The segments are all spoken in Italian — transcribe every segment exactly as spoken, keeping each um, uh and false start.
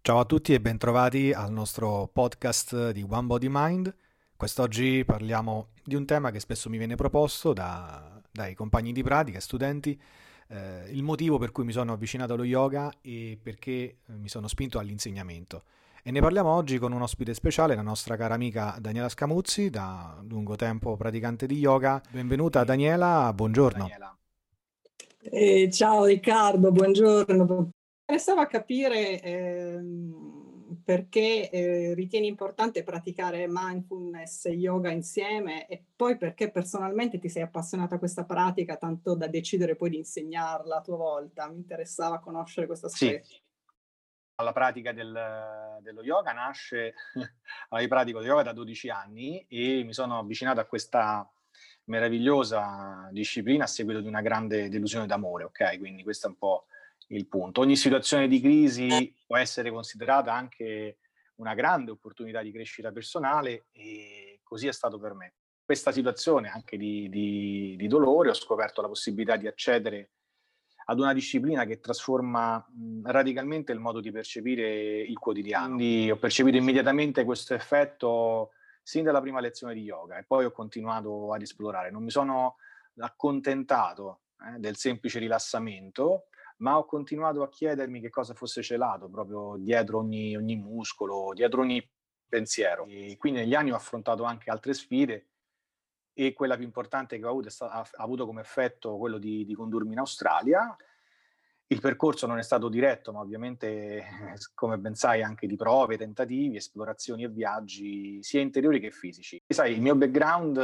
Ciao a tutti e bentrovati al nostro podcast di One Body Mind. Quest'oggi parliamo di un tema che spesso mi viene proposto da- dai compagni di pratica, studenti, eh, il motivo per cui mi sono avvicinato allo yoga e perché eh, mi sono spinto all'insegnamento. E ne parliamo oggi con un ospite speciale, la nostra cara amica Daniela Scamuzzi, da lungo tempo praticante di yoga. Benvenuta Daniela, buongiorno. Daniela. Eh, ciao Riccardo, buongiorno. Mi interessava capire ehm, perché eh, ritieni importante praticare mindfulness e yoga insieme e poi perché personalmente ti sei appassionata a questa pratica tanto da decidere poi di insegnarla a tua volta. Mi interessava conoscere questo Sì, aspetto. la pratica del- dello yoga nasce, allora, io pratico yoga da dodici anni e mi sono avvicinato a questa meravigliosa disciplina a seguito di una grande delusione d'amore, ok? Quindi questo è un po' il punto. Ogni situazione di crisi può essere considerata anche una grande opportunità di crescita personale e così è stato per me. Questa situazione anche di, di, di dolore ho scoperto la possibilità di accedere ad una disciplina che trasforma mh, radicalmente il modo di percepire il quotidiano. Quindi ho percepito immediatamente questo effetto sin dalla prima lezione di yoga e poi ho continuato ad esplorare. Non mi sono accontentato eh, del semplice rilassamento, ma ho continuato a chiedermi che cosa fosse celato proprio dietro ogni, ogni muscolo, dietro ogni pensiero. E quindi negli anni ho affrontato anche altre sfide e quella più importante che ho avuto è sta- ha, ha avuto come effetto quello di, di condurmi in Australia. Il percorso non è stato diretto, ma ovviamente, eh, come ben sai, anche di prove, tentativi, esplorazioni e viaggi, sia interiori che fisici. E sai, il mio background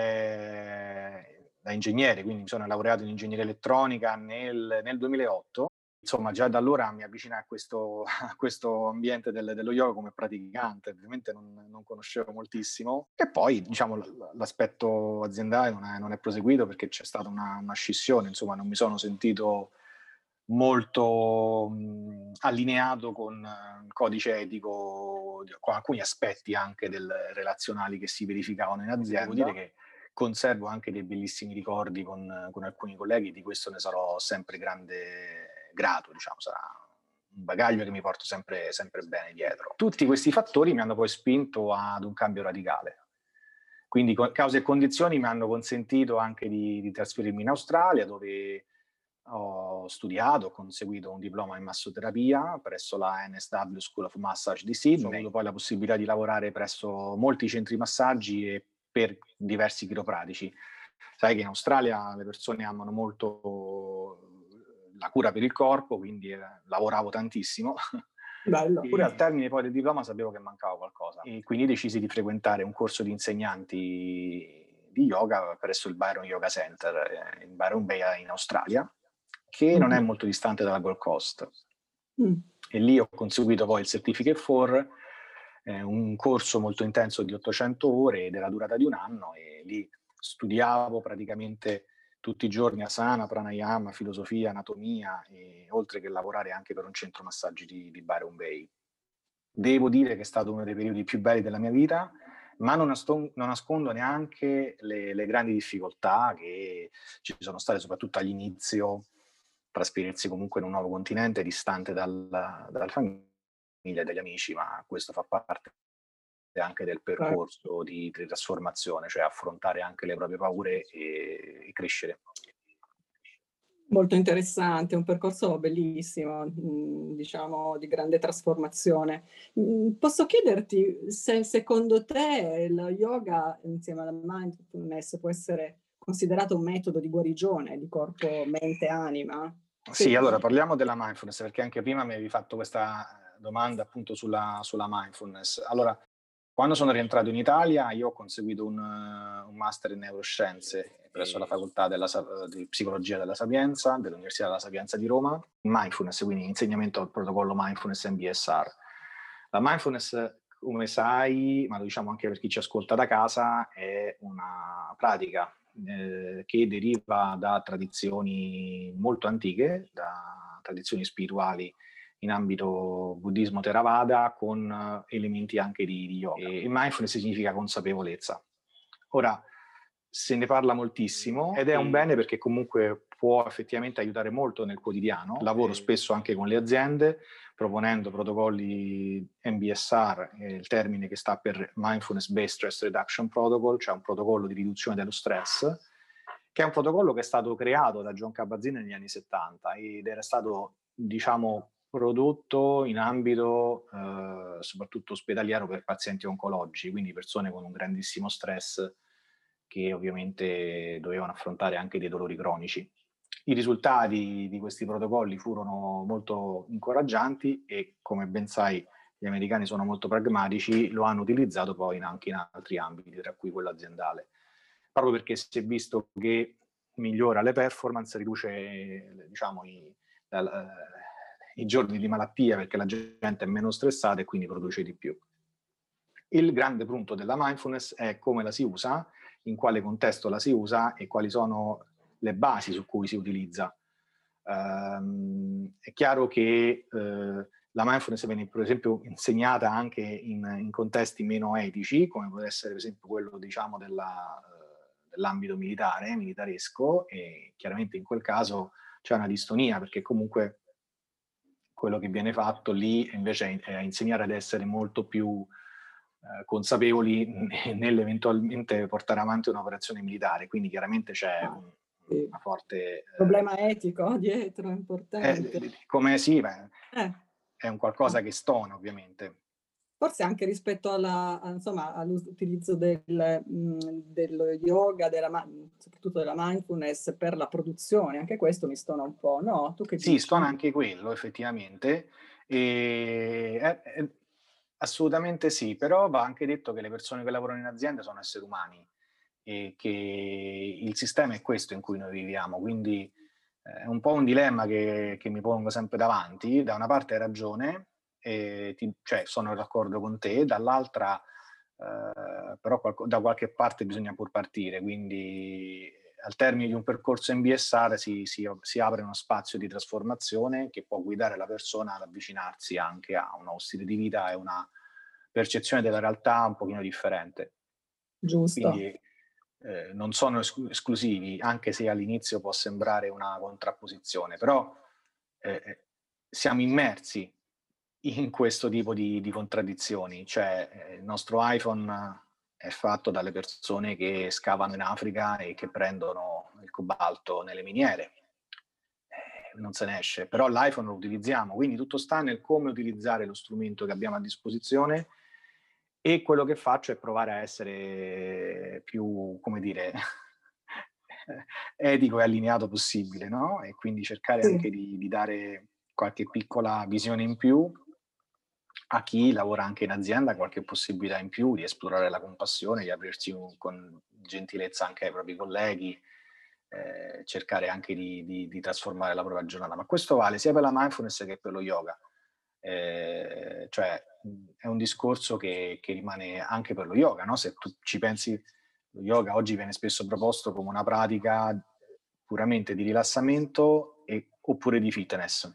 è da ingegnere, quindi mi sono laureato in ingegneria elettronica nel, nel duemilaotto. Insomma, già da allora mi avvicinai a questo, a questo ambiente del, dello yoga come praticante, ovviamente non, non conoscevo moltissimo. E poi, diciamo, l- l'aspetto aziendale non è, non è proseguito perché c'è stata una, una scissione, insomma, non mi sono sentito molto mh, allineato con eh, il codice etico, con alcuni aspetti anche del, relazionali che si verificavano in azienda. Devo dire che conservo anche dei bellissimi ricordi con, con alcuni colleghi, di questo ne sarò sempre grande grato, diciamo, sarà un bagaglio che mi porto sempre, sempre bene dietro. Tutti questi fattori mi hanno poi spinto ad un cambio radicale. Quindi cause e condizioni mi hanno consentito anche di, di trasferirmi in Australia, dove ho studiato, ho conseguito un diploma in massoterapia presso la N S W School of Massage di Sydney. Ho avuto poi la possibilità di lavorare presso molti centri massaggi e per diversi chiropratici. Sai che in Australia le persone amano molto la cura per il corpo, quindi eh, lavoravo tantissimo. Bello. Pure al termine poi del diploma sapevo che mancava qualcosa e quindi decisi di frequentare un corso di insegnanti di yoga presso il Byron Yoga Center in Byron Bay in Australia, che non è molto distante dalla Gold Coast. Mm. E lì ho conseguito poi il Certificate for, eh, un corso molto intenso di ottocento ore della durata di un anno, e lì studiavo praticamente tutti i giorni asana, pranayama, filosofia, anatomia, e, oltre che lavorare anche per un centro massaggi di, di Byron Bay. Devo dire che è stato uno dei periodi più belli della mia vita, ma non, naston- non nascondo neanche le, le grandi difficoltà che ci sono state, soprattutto all'inizio, trasferirsi comunque in un nuovo continente, distante dal, dalla famiglia e dagli amici, ma questo fa parte anche del percorso di, di trasformazione, cioè affrontare anche le proprie paure e, e crescere. Molto interessante, un percorso bellissimo, mh, diciamo di grande trasformazione. Mh, Posso chiederti se secondo te lo yoga insieme alla mindfulness può essere considerato un metodo di guarigione di corpo, mente, anima? Sì, Se- allora parliamo della mindfulness, perché anche prima mi avevi fatto questa domanda appunto sulla, sulla mindfulness. Allora, quando sono rientrato in Italia, io ho conseguito un, uh, un master in neuroscienze presso la facoltà della, di psicologia della Sapienza, dell'Università della Sapienza di Roma, mindfulness, quindi insegnamento del protocollo mindfulness M B S R. La mindfulness, come sai, ma lo diciamo anche per chi ci ascolta da casa, è una pratica eh, che deriva da tradizioni molto antiche, da tradizioni spirituali in ambito buddismo Theravada, con eh, elementi anche di, di yoga. E mindfulness significa consapevolezza. Ora, se ne parla moltissimo ed è un bene perché comunque può effettivamente aiutare molto nel quotidiano. Lavoro spesso anche con le aziende proponendo protocolli M B S R, eh, il termine che sta per Mindfulness Based Stress Reduction Protocol, cioè un protocollo di riduzione dello stress, che è un protocollo che è stato creato da Jon Kabat-Zinn negli anni settanta ed era stato, diciamo, prodotto in ambito eh, soprattutto ospedaliero per pazienti oncologici, quindi persone con un grandissimo stress che ovviamente dovevano affrontare anche dei dolori cronici. I risultati di questi protocolli furono molto incoraggianti e, come ben sai, gli americani sono molto pragmatici, lo hanno utilizzato poi anche in altri ambiti, tra cui quello aziendale, proprio perché si è visto che migliora le performance, riduce, diciamo, i, la, i giorni di malattia perché la gente è meno stressata e quindi produce di più. Il grande punto della mindfulness è come la si usa, in quale contesto la si usa e quali sono le basi su cui si utilizza. Um, è chiaro che uh, la mindfulness viene per esempio insegnata anche in, in contesti meno etici, come può essere per esempio quello, diciamo, della, uh, dell'ambito militare, militaresco, e chiaramente in quel caso c'è una distonia perché comunque quello che viene fatto lì invece è insegnare ad essere molto più eh, consapevoli nell'eventualmente portare avanti un'operazione militare, quindi chiaramente c'è Ah, un, sì. una forte... Problema eh, etico dietro, importante. Eh, come sì, beh, eh. è un qualcosa ah. che stona ovviamente. Forse anche rispetto alla, insomma, all'utilizzo del, mh, dello yoga, della, soprattutto della mindfulness per la produzione, anche questo mi stona un po', no? Tu che Sì, dici? stona anche quello effettivamente, e, eh, eh, assolutamente sì, però va anche detto che le persone che lavorano in azienda sono esseri umani e che il sistema è questo in cui noi viviamo, quindi eh, è un po' un dilemma che, che mi pongo sempre davanti. Da una parte hai ragione, e ti, cioè sono d'accordo con te, dall'altra eh, però qualco, da qualche parte bisogna pur partire, quindi al termine di un percorso M B S R si, si, si apre uno spazio di trasformazione che può guidare la persona ad avvicinarsi anche a un nuovo stile di vita e una percezione della realtà un pochino differente. Giusto. Quindi eh, non sono esc- esclusivi, anche se all'inizio può sembrare una contrapposizione, però eh, siamo immersi in questo tipo di, di contraddizioni, cioè eh, il nostro iPhone è fatto dalle persone che scavano in Africa e che prendono il cobalto nelle miniere, eh, non se ne esce, però l'iPhone lo utilizziamo, quindi tutto sta nel come utilizzare lo strumento che abbiamo a disposizione, e quello che faccio è provare a essere più, come dire, etico e allineato possibile, no? E quindi cercare Sì. anche di, di dare qualche piccola visione in più a chi lavora anche in azienda, qualche possibilità in più di esplorare la compassione, di aprirsi un, con gentilezza anche ai propri colleghi, eh, cercare anche di, di, di trasformare la propria giornata. Ma questo vale sia per la mindfulness che per lo yoga. Eh, cioè è un discorso che, che rimane anche per lo yoga, no? Se tu ci pensi, lo yoga oggi viene spesso proposto come una pratica puramente di rilassamento e, oppure di fitness.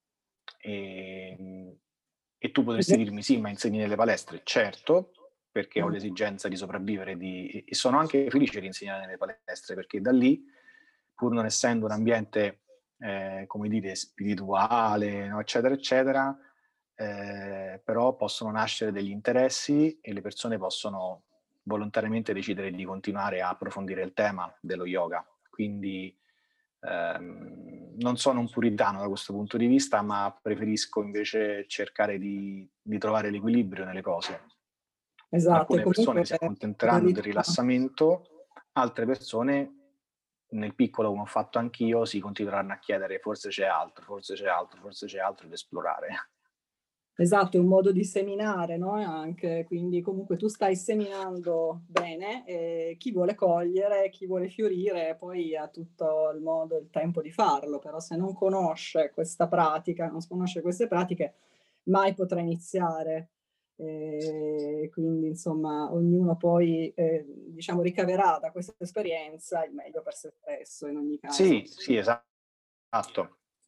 E, e tu potresti dirmi sì, ma insegni nelle palestre? Certo, perché ho l'esigenza di sopravvivere di, e sono anche felice di insegnare nelle palestre, perché da lì, pur non essendo un ambiente, eh, come dire, spirituale, no, eccetera, eccetera, eh, però possono nascere degli interessi e le persone possono volontariamente decidere di continuare a approfondire il tema dello yoga. Quindi ehm, non sono un puritano da questo punto di vista, ma preferisco invece cercare di, di trovare l'equilibrio nelle cose. Esatto, Alcune persone comunque si accontenteranno del rilassamento, altre persone, nel piccolo come ho fatto anch'io, si continueranno a chiedere forse c'è altro, forse c'è altro, forse c'è altro, ed esplorare. Esatto, è un modo di seminare, no? Anche, quindi comunque tu stai seminando bene, e chi vuole cogliere, chi vuole fiorire, poi ha tutto il modo, il tempo di farlo, però se non conosce questa pratica, non conosce queste pratiche, mai potrà iniziare. E quindi insomma ognuno poi eh, diciamo ricaverà da questa esperienza il meglio per se stesso in ogni caso. Sì, sì, esatto.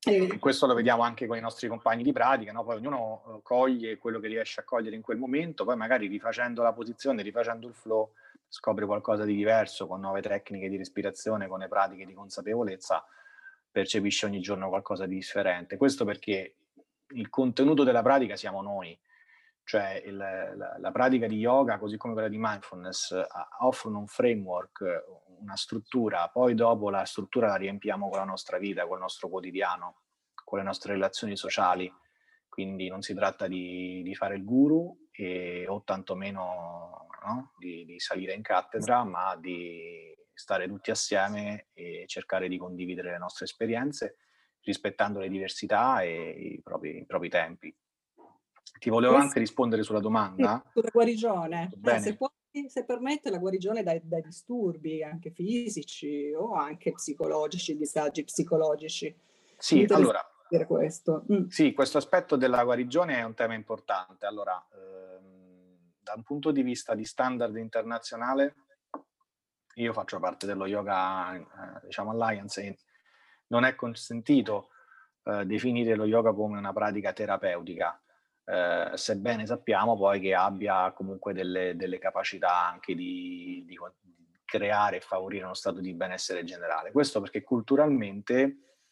E questo lo vediamo anche con i nostri compagni di pratica, no? Poi ognuno coglie quello che riesce a cogliere in quel momento, poi magari rifacendo la posizione, rifacendo il flow, scopre qualcosa di diverso con nuove tecniche di respirazione, con le pratiche di consapevolezza, percepisce ogni giorno qualcosa di differente. Questo perché il contenuto della pratica siamo noi, cioè il, la, la pratica di yoga, così come quella di mindfulness, offrono un framework, una struttura, poi dopo la struttura la riempiamo con la nostra vita, col nostro quotidiano, con le nostre relazioni sociali. Quindi non si tratta di, di fare il guru e, o tantomeno, no? di, di salire in cattedra, ma di stare tutti assieme e cercare di condividere le nostre esperienze, rispettando le diversità e i propri, i propri tempi. Ti volevo Questo, anche rispondere sulla domanda. sì, sulla guarigione. Bene. Eh, se, può, se permette la guarigione dai, dai disturbi anche fisici o anche psicologici, disagi psicologici. Sì, allora, dire questo. Mm. Sì, questo aspetto della guarigione è un tema importante. Allora, ehm, da un punto di vista di standard internazionale, io faccio parte dello Yoga, eh, diciamo, Alliance, e non è consentito eh, definire lo yoga come una pratica terapeutica, eh, sebbene sappiamo poi che abbia comunque delle, delle capacità anche di, di creare e favorire uno stato di benessere generale. Questo perché culturalmente,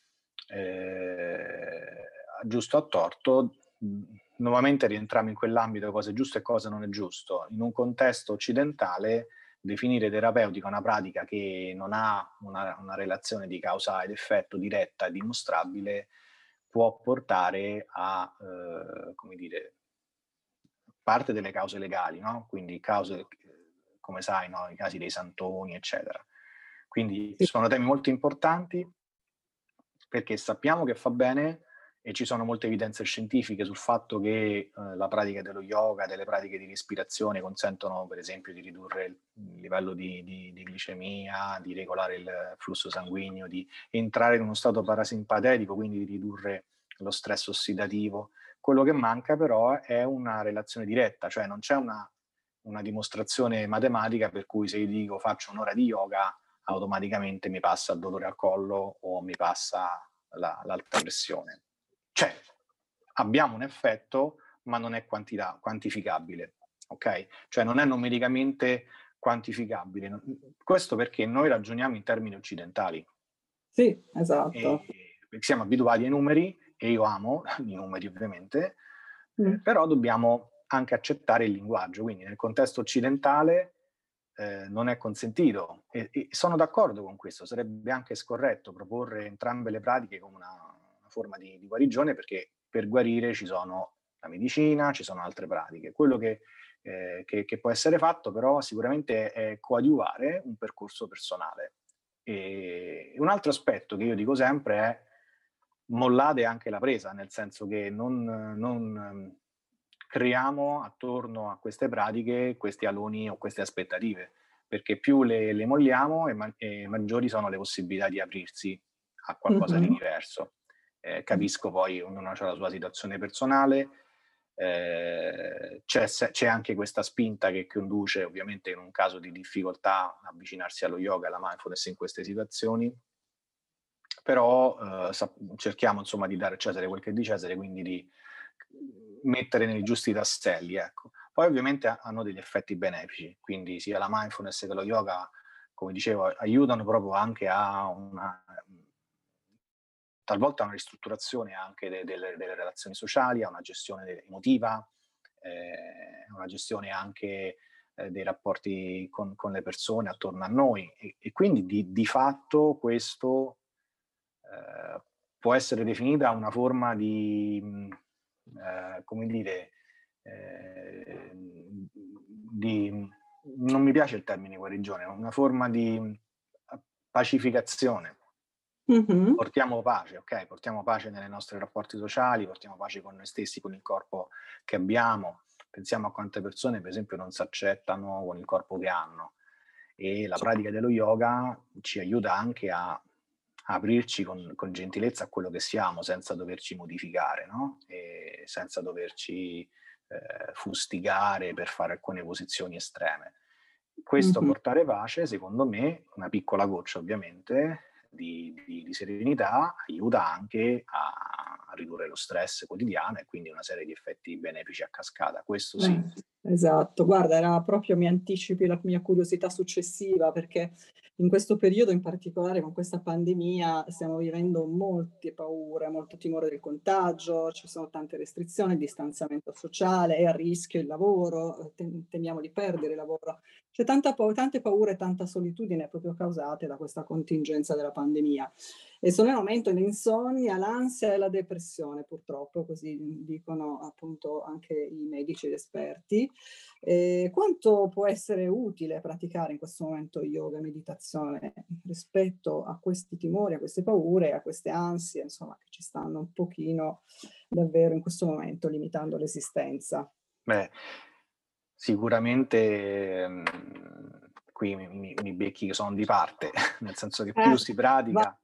eh, giusto o torto, nuovamente rientriamo in quell'ambito cosa è giusto e cosa non è giusto. In un contesto occidentale, definire terapeutica una pratica che non ha una, una relazione di causa ed effetto diretta e dimostrabile può portare a, eh, come dire, parte delle cause legali, no? Quindi cause, come sai, no? I casi dei santoni, eccetera. Quindi Sì. sono temi molto importanti perché sappiamo che fa bene e ci sono molte evidenze scientifiche sul fatto che eh, la pratica dello yoga, delle pratiche di respirazione consentono per esempio di ridurre il livello di, di, di glicemia, di regolare il flusso sanguigno, di entrare in uno stato parasimpatetico, quindi di ridurre lo stress ossidativo. Quello che manca però è una relazione diretta, cioè non c'è una, una dimostrazione matematica per cui se io dico faccio un'ora di yoga automaticamente mi passa il dolore al collo o mi passa la, l'alta pressione. Cioè, abbiamo un effetto, ma non è quantità, quantificabile, ok? Cioè non è numericamente quantificabile. Questo perché noi ragioniamo in termini occidentali. Sì, esatto. E, perché siamo abituati ai numeri, e io amo i numeri ovviamente, mm. eh, però dobbiamo anche accettare il linguaggio. Quindi nel contesto occidentale eh, non è consentito. E, e sono d'accordo con questo, sarebbe anche scorretto proporre entrambe le pratiche come una, una forma di, di guarigione, perché per guarire ci sono la medicina, ci sono altre pratiche. Quello che, eh, che, che può essere fatto però sicuramente è coadiuvare un percorso personale. E un altro aspetto che io dico sempre è mollate anche la presa, nel senso che non, non creiamo attorno a queste pratiche questi aloni o queste aspettative, perché più le, le molliamo e, ma- e maggiori sono le possibilità di aprirsi a qualcosa mm-hmm. di diverso. Eh, capisco poi ognuno ha la sua situazione personale, eh, c'è, c'è anche questa spinta che conduce ovviamente in un caso di difficoltà a avvicinarsi allo yoga, alla mindfulness in queste situazioni, però eh, cerchiamo insomma di dare a Cesare quel che è di Cesare, quindi di mettere nei giusti tasselli, ecco. Poi ovviamente hanno degli effetti benefici, quindi sia la mindfulness che lo yoga, come dicevo, aiutano proprio anche a una talvolta una ristrutturazione anche de- delle, delle relazioni sociali, a una gestione emotiva, eh, una gestione anche eh, dei rapporti con, con le persone attorno a noi e, e quindi di, di fatto questo eh, può essere definita una forma di, eh, come dire, eh, di, non mi piace il termine guarigione, una forma di pacificazione. Mm-hmm. Portiamo pace, ok? Portiamo pace nei nostri rapporti sociali, portiamo pace con noi stessi, con il corpo che abbiamo. Pensiamo a quante persone, per esempio, non si accettano con il corpo che hanno. E la pratica dello yoga ci aiuta anche a aprirci con, con gentilezza a quello che siamo, senza doverci modificare, no? E senza doverci eh, fustigare per fare alcune posizioni estreme. Questo mm-hmm. portare pace, secondo me, una piccola goccia ovviamente, Di, di, di serenità aiuta anche a, a ridurre lo stress quotidiano e quindi una serie di effetti benefici a cascata, questo sì. Eh, esatto, guarda, era proprio mi anticipi la mia curiosità successiva, perché in questo periodo in particolare con questa pandemia stiamo vivendo molte paure, molto timore del contagio, ci sono tante restrizioni, il distanziamento sociale, è a rischio il lavoro, tem- temiamo di perdere il lavoro. C'è tanta pa- tante paure e tanta solitudine proprio causate da questa contingenza della pandemia. E sono in aumento l'insonnia, l'ansia e la depressione, purtroppo, così dicono appunto anche i medici ed esperti. Eh, quanto può essere utile praticare in questo momento yoga e meditazione rispetto a questi timori, a queste paure, a queste ansie, insomma, che ci stanno un pochino davvero in questo momento limitando l'esistenza? Beh, sicuramente mh, qui mi, mi, mi becchi che sono di parte, nel senso che più Eh, si va. pratica,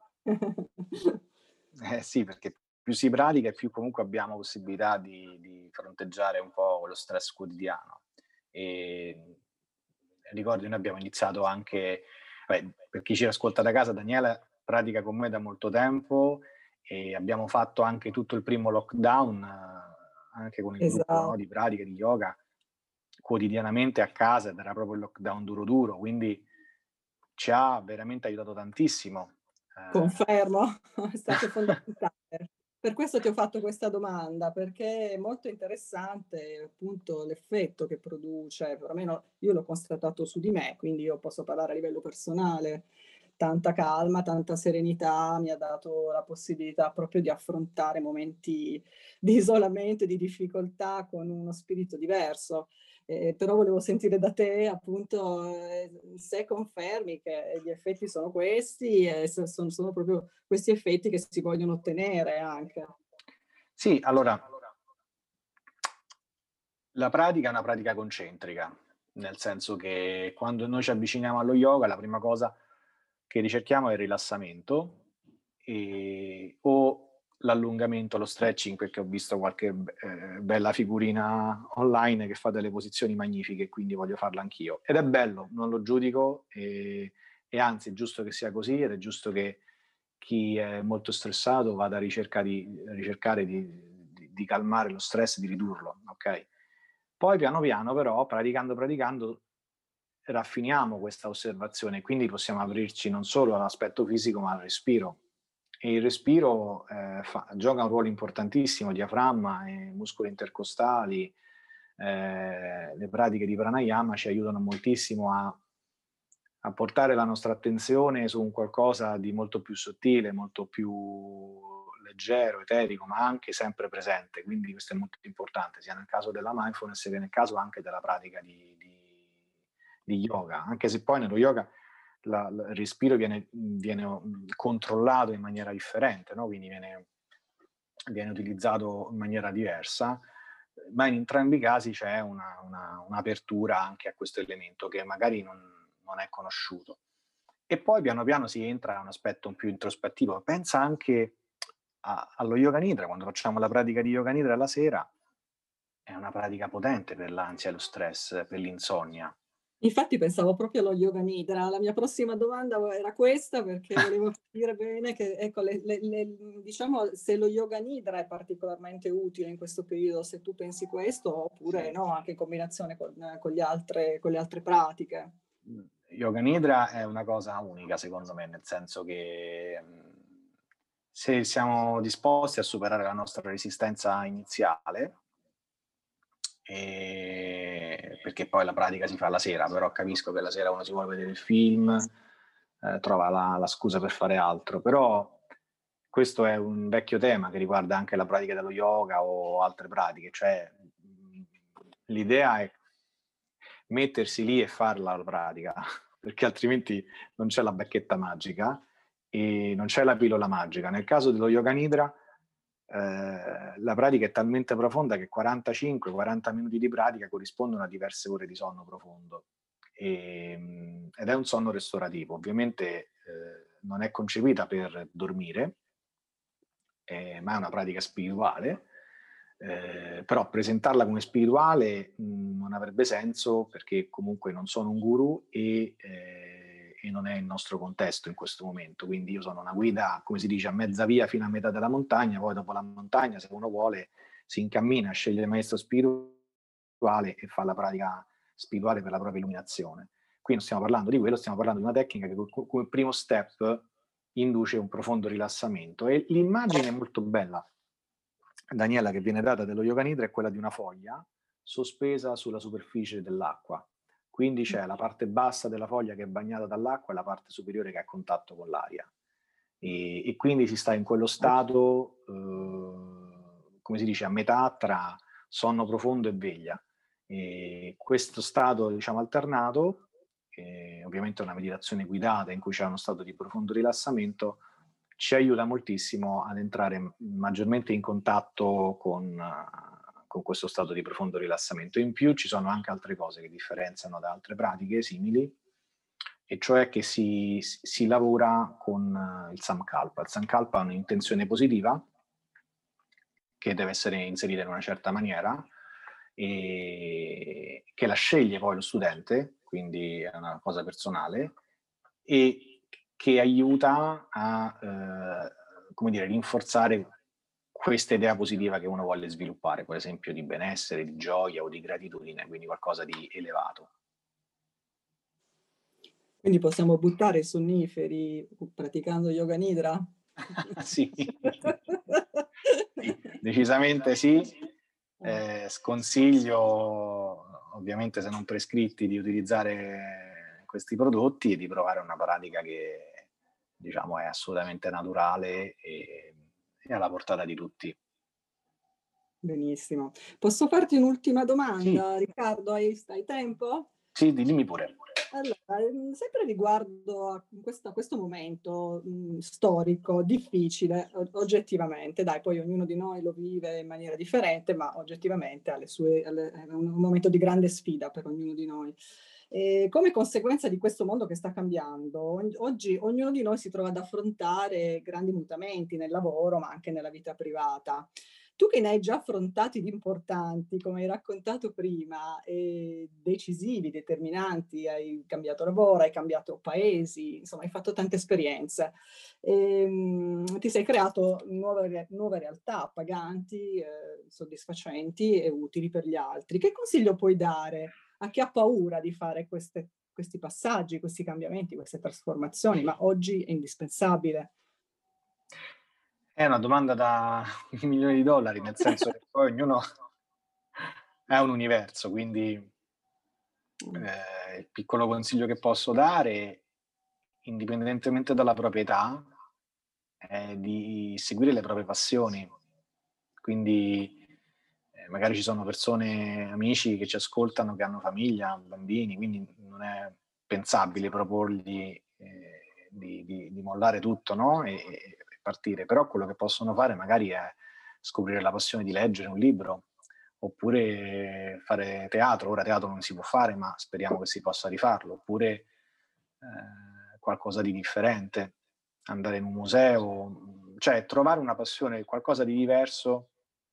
eh sì, perché più si pratica e più comunque abbiamo possibilità di, di fronteggiare un po' lo stress quotidiano. E ricordi, noi abbiamo iniziato anche, beh, per chi ci ascolta da casa, Daniela pratica con me da molto tempo e abbiamo fatto anche tutto il primo lockdown, eh, anche con il gruppo, no, Esatto. di pratica di yoga quotidianamente a casa, ed era proprio il lockdown duro duro, quindi ci ha veramente aiutato tantissimo. Eh, Confermo, è stato fondamentale. Per questo ti ho fatto questa domanda, perché è molto interessante appunto l'effetto che produce, perlomeno io l'ho constatato su di me, quindi io posso parlare a livello personale. Tanta calma, tanta serenità, mi ha dato la possibilità proprio di affrontare momenti di isolamento e di difficoltà con uno spirito diverso. Eh, però volevo sentire da te appunto eh, se confermi che gli effetti sono questi e se sono, sono proprio questi effetti che si vogliono ottenere anche. sì, allora, la pratica è una pratica concentrica, nel senso che quando noi ci avviciniamo allo yoga, la prima cosa che ricerchiamo è il rilassamento e, o l'allungamento, lo stretching, perché ho visto qualche eh, bella figurina online che fa delle posizioni magnifiche, quindi voglio farla anch'io. Ed è bello, non lo giudico e, e anzi è giusto che sia così ed è giusto che chi è molto stressato vada a ricerca di, a ricercare di, di, di calmare lo stress, di ridurlo, ok? Poi piano piano però, praticando, praticando, raffiniamo questa osservazione, quindi possiamo aprirci non solo all'aspetto fisico ma al respiro. E il respiro eh, fa, gioca un ruolo importantissimo, diaframma e muscoli intercostali, eh, le pratiche di pranayama ci aiutano moltissimo a, a portare la nostra attenzione su un qualcosa di molto più sottile, molto più leggero, eterico, ma anche sempre presente. Quindi questo è molto importante, sia nel caso della mindfulness che nel caso anche della pratica di, di, di yoga, anche se poi nello yoga la, la, il respiro viene, viene controllato in maniera differente, no? Quindi viene, viene utilizzato in maniera diversa, ma in entrambi i casi c'è una, una, un'apertura anche a questo elemento che magari non, non è conosciuto. E poi piano piano si entra a un aspetto più introspettivo. Pensa anche a, allo yoga nidra, quando facciamo la pratica di yoga nidra la sera, è una pratica potente per l'ansia e lo stress, per l'insonnia. Infatti pensavo proprio allo yoga nidra. La mia prossima domanda era questa perché volevo capire bene che, ecco, le, le, le, diciamo, se lo yoga nidra è particolarmente utile in questo periodo, se tu pensi questo, oppure no, anche in combinazione con, con, gli altre, con le altre pratiche. Yoga nidra è una cosa unica, secondo me, nel senso che se siamo disposti a superare la nostra resistenza iniziale, e perché poi la pratica si fa la sera, però capisco che la sera uno si vuole vedere il film, eh, trova la, la scusa per fare altro, però questo è un vecchio tema che riguarda anche la pratica dello yoga o altre pratiche, cioè l'idea è mettersi lì e farla la pratica, perché altrimenti non c'è la bacchetta magica e non c'è la pillola magica. Nel caso dello yoga nidra eh, la pratica è talmente profonda che quarantacinque quaranta minuti di pratica corrispondono a diverse ore di sonno profondo e, ed è un sonno restaurativo. Ovviamente eh, non è concepita per dormire, eh, ma è una pratica spirituale. Eh, però presentarla come spirituale mh, non avrebbe senso perché comunque non sono un guru e, eh, e non è il nostro contesto in questo momento. Quindi io sono una guida, come si dice, a mezza via fino a metà della montagna, poi dopo la montagna, se uno vuole, si incammina, sceglie il maestro spirituale e fa la pratica spirituale per la propria illuminazione. Qui non stiamo parlando di quello, stiamo parlando di una tecnica che come primo step induce un profondo rilassamento. E l'immagine è molto bella, Daniela, che viene data dello Yoga Nidra è quella di una foglia sospesa sulla superficie dell'acqua. Quindi c'è la parte bassa della foglia che è bagnata dall'acqua e la parte superiore che è a contatto con l'aria. E, e quindi si sta in quello stato, eh, come si dice, a metà tra sonno profondo e veglia. E questo stato, diciamo, alternato, eh, ovviamente è una meditazione guidata in cui c'è uno stato di profondo rilassamento, ci aiuta moltissimo ad entrare maggiormente in contatto con, uh, con questo stato di profondo rilassamento. In più ci sono anche altre cose che differenziano da altre pratiche simili, e cioè che si, si lavora con uh, il Samkalpa. Il Samkalpa è un'intenzione positiva che deve essere inserita in una certa maniera e che la sceglie poi lo studente, quindi è una cosa personale, e che aiuta a eh, come dire, rinforzare questa idea positiva che uno vuole sviluppare, per esempio di benessere, di gioia o di gratitudine, quindi qualcosa di elevato. Quindi possiamo buttare i sonniferi praticando Yoga Nidra? Sì. Sì, decisamente sì. Eh, sconsiglio, ovviamente se non prescritti, di utilizzare questi prodotti e di provare una pratica che, diciamo, è assolutamente naturale e, e alla portata di tutti. Benissimo. Posso farti un'ultima domanda, Sì, Riccardo? Hai, hai tempo? sì, dimmi pure. Allora, ehm, sempre riguardo a questo, a questo momento mh, storico difficile, o- oggettivamente, dai, poi ognuno di noi lo vive in maniera differente, ma oggettivamente ha le sue, alle- è un, un momento di grande sfida per ognuno di noi. E come conseguenza di questo mondo che sta cambiando, ogni- oggi ognuno di noi si trova ad affrontare grandi mutamenti nel lavoro, ma anche nella vita privata. Tu che ne hai già affrontati di importanti, come hai raccontato prima, e decisivi, determinanti, hai cambiato lavoro, hai cambiato paesi, insomma hai fatto tante esperienze. Ehm, ti sei creato nuove, nuove realtà paganti, eh, soddisfacenti e utili per gli altri. Che consiglio puoi dare a chi ha paura di fare queste, questi passaggi, questi cambiamenti, queste trasformazioni, ma oggi è indispensabile? È una domanda da un milione di dollari, nel senso che poi ognuno è un universo, quindi eh, il piccolo consiglio che posso dare, indipendentemente dalla propria età, è di seguire le proprie passioni. Quindi eh, magari ci sono persone, amici che ci ascoltano, che hanno famiglia, bambini, quindi non è pensabile proporgli eh, di, di, di mollare tutto, no? E, e partire. Però quello che possono fare magari è scoprire la passione di leggere un libro, oppure fare teatro. Ora teatro non si può fare, ma speriamo che si possa rifarlo, oppure eh, qualcosa di differente, andare in un museo, cioè trovare una passione, qualcosa di diverso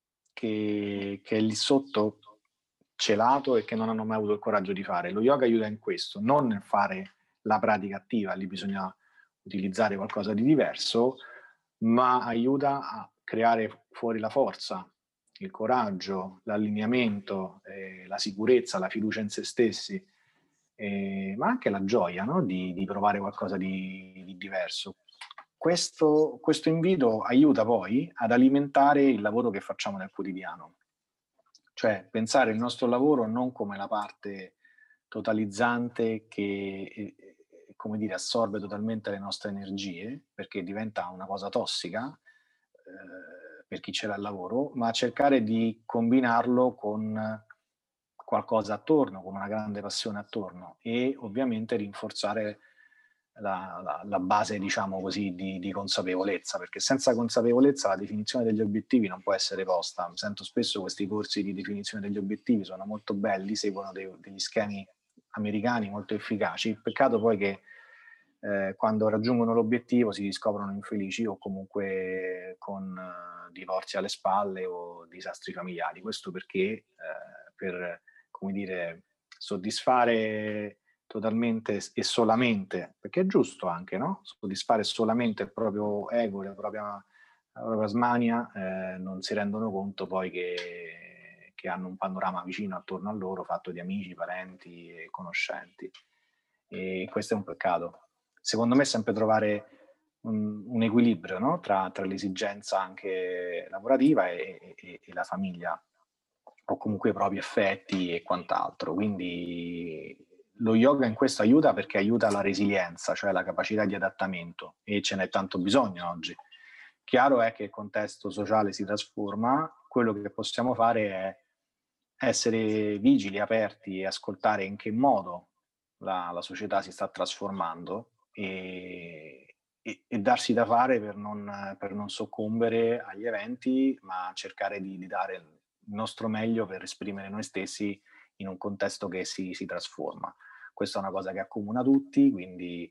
che, che è lì sotto celato e che non hanno mai avuto il coraggio di fare. Lo yoga aiuta in questo, non nel fare la pratica attiva, lì bisogna utilizzare qualcosa di diverso, ma aiuta a creare fuori la forza, il coraggio, l'allineamento, eh, la sicurezza, la fiducia in se stessi, eh, ma anche la gioia, no? di, di provare qualcosa di, di diverso. Questo, questo invito aiuta poi ad alimentare il lavoro che facciamo nel quotidiano, cioè pensare il nostro lavoro non come la parte totalizzante che, eh, come dire, assorbe totalmente le nostre energie, perché diventa una cosa tossica eh, per chi ce l'ha al lavoro, ma cercare di combinarlo con qualcosa attorno, con una grande passione attorno, e ovviamente rinforzare la, la, la base, diciamo così, di, di consapevolezza, perché senza consapevolezza la definizione degli obiettivi non può essere posta. Sento spesso questi corsi di definizione degli obiettivi, sono molto belli, seguono dei, degli schemi americani molto efficaci. Peccato poi che eh, quando raggiungono l'obiettivo si scoprono infelici o comunque con eh, divorzi alle spalle o disastri familiari. Questo perché eh, per, come dire, soddisfare totalmente e solamente, perché è giusto anche, no? Soddisfare solamente il proprio ego, la propria, la propria smania, eh, non si rendono conto poi che, che hanno un panorama vicino attorno a loro, fatto di amici, parenti e conoscenti. E questo è un peccato. Secondo me è sempre trovare un, un equilibrio, no? tra, tra l'esigenza anche lavorativa e, e, e la famiglia, o comunque i propri affetti e quant'altro. Quindi lo yoga in questo aiuta, perché aiuta la resilienza, cioè la capacità di adattamento, e ce n'è tanto bisogno oggi. Chiaro è che il contesto sociale si trasforma, quello che possiamo fare è essere vigili, aperti e ascoltare in che modo la, la società si sta trasformando, e, e, e darsi da fare per non, per non soccombere agli eventi, ma cercare di, di dare il nostro meglio per esprimere noi stessi in un contesto che si, si trasforma. Questa è una cosa che accomuna tutti, quindi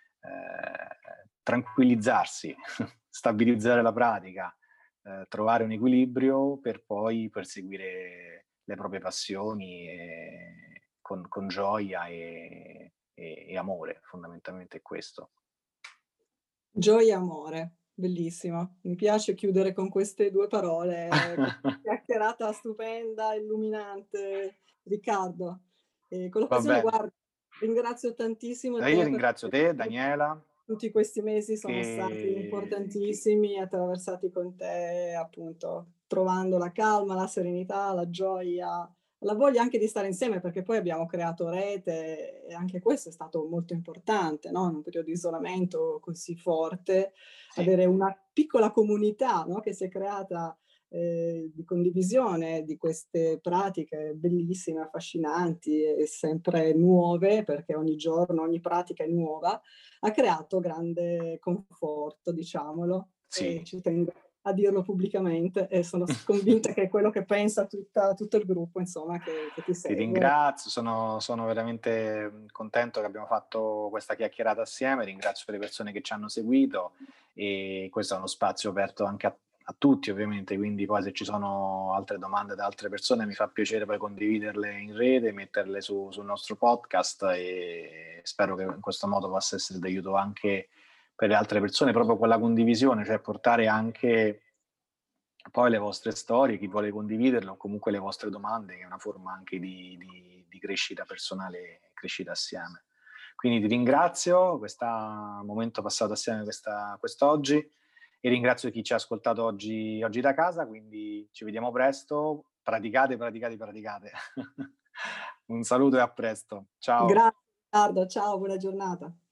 eh, tranquillizzarsi, stabilizzare la pratica, eh, trovare un equilibrio per poi perseguire le proprie passioni e, con, con gioia e, e, e amore, fondamentalmente è questo. Gioia e amore, bellissimo. Mi piace chiudere con queste due parole, chiacchierata stupenda, illuminante, Riccardo. E con Va l'occasione, bene. guarda, ringrazio tantissimo Io te per ringrazio te, Daniela. tutti questi mesi, sono stati Che, importantissimi, attraversati con te, appunto, trovando la calma, la serenità, la gioia, la voglia anche di stare insieme, perché poi abbiamo creato rete e anche questo è stato molto importante, no? In un periodo di isolamento così forte, sì, avere una piccola comunità, no? Che si è creata eh, di condivisione di queste pratiche bellissime, affascinanti e sempre nuove, perché ogni giorno, ogni pratica è nuova, ha creato grande conforto, diciamolo, e sì. ci tengo a dirlo pubblicamente e sono convinta che è quello che pensa tutta, tutto il gruppo, insomma, che, che ti Ti segue. ringrazio, sono, sono veramente contento che abbiamo fatto questa chiacchierata assieme, ringrazio le persone che ci hanno seguito, e questo è uno spazio aperto anche a, a tutti, ovviamente, quindi poi se ci sono altre domande da altre persone mi fa piacere poi condividerle in rete, metterle su, sul nostro podcast, e spero che in questo modo possa essere d'aiuto anche per le altre persone, proprio con la condivisione, cioè portare anche poi le vostre storie, chi vuole condividerle, o comunque le vostre domande, che è una forma anche di, di, di crescita personale e crescita assieme. Quindi ti ringrazio, questo momento passato assieme questa, quest'oggi, e ringrazio chi ci ha ascoltato oggi, oggi da casa, quindi ci vediamo presto, praticate, praticate, praticate. Un saluto e a presto, ciao. Grazie Riccardo, ciao, buona giornata.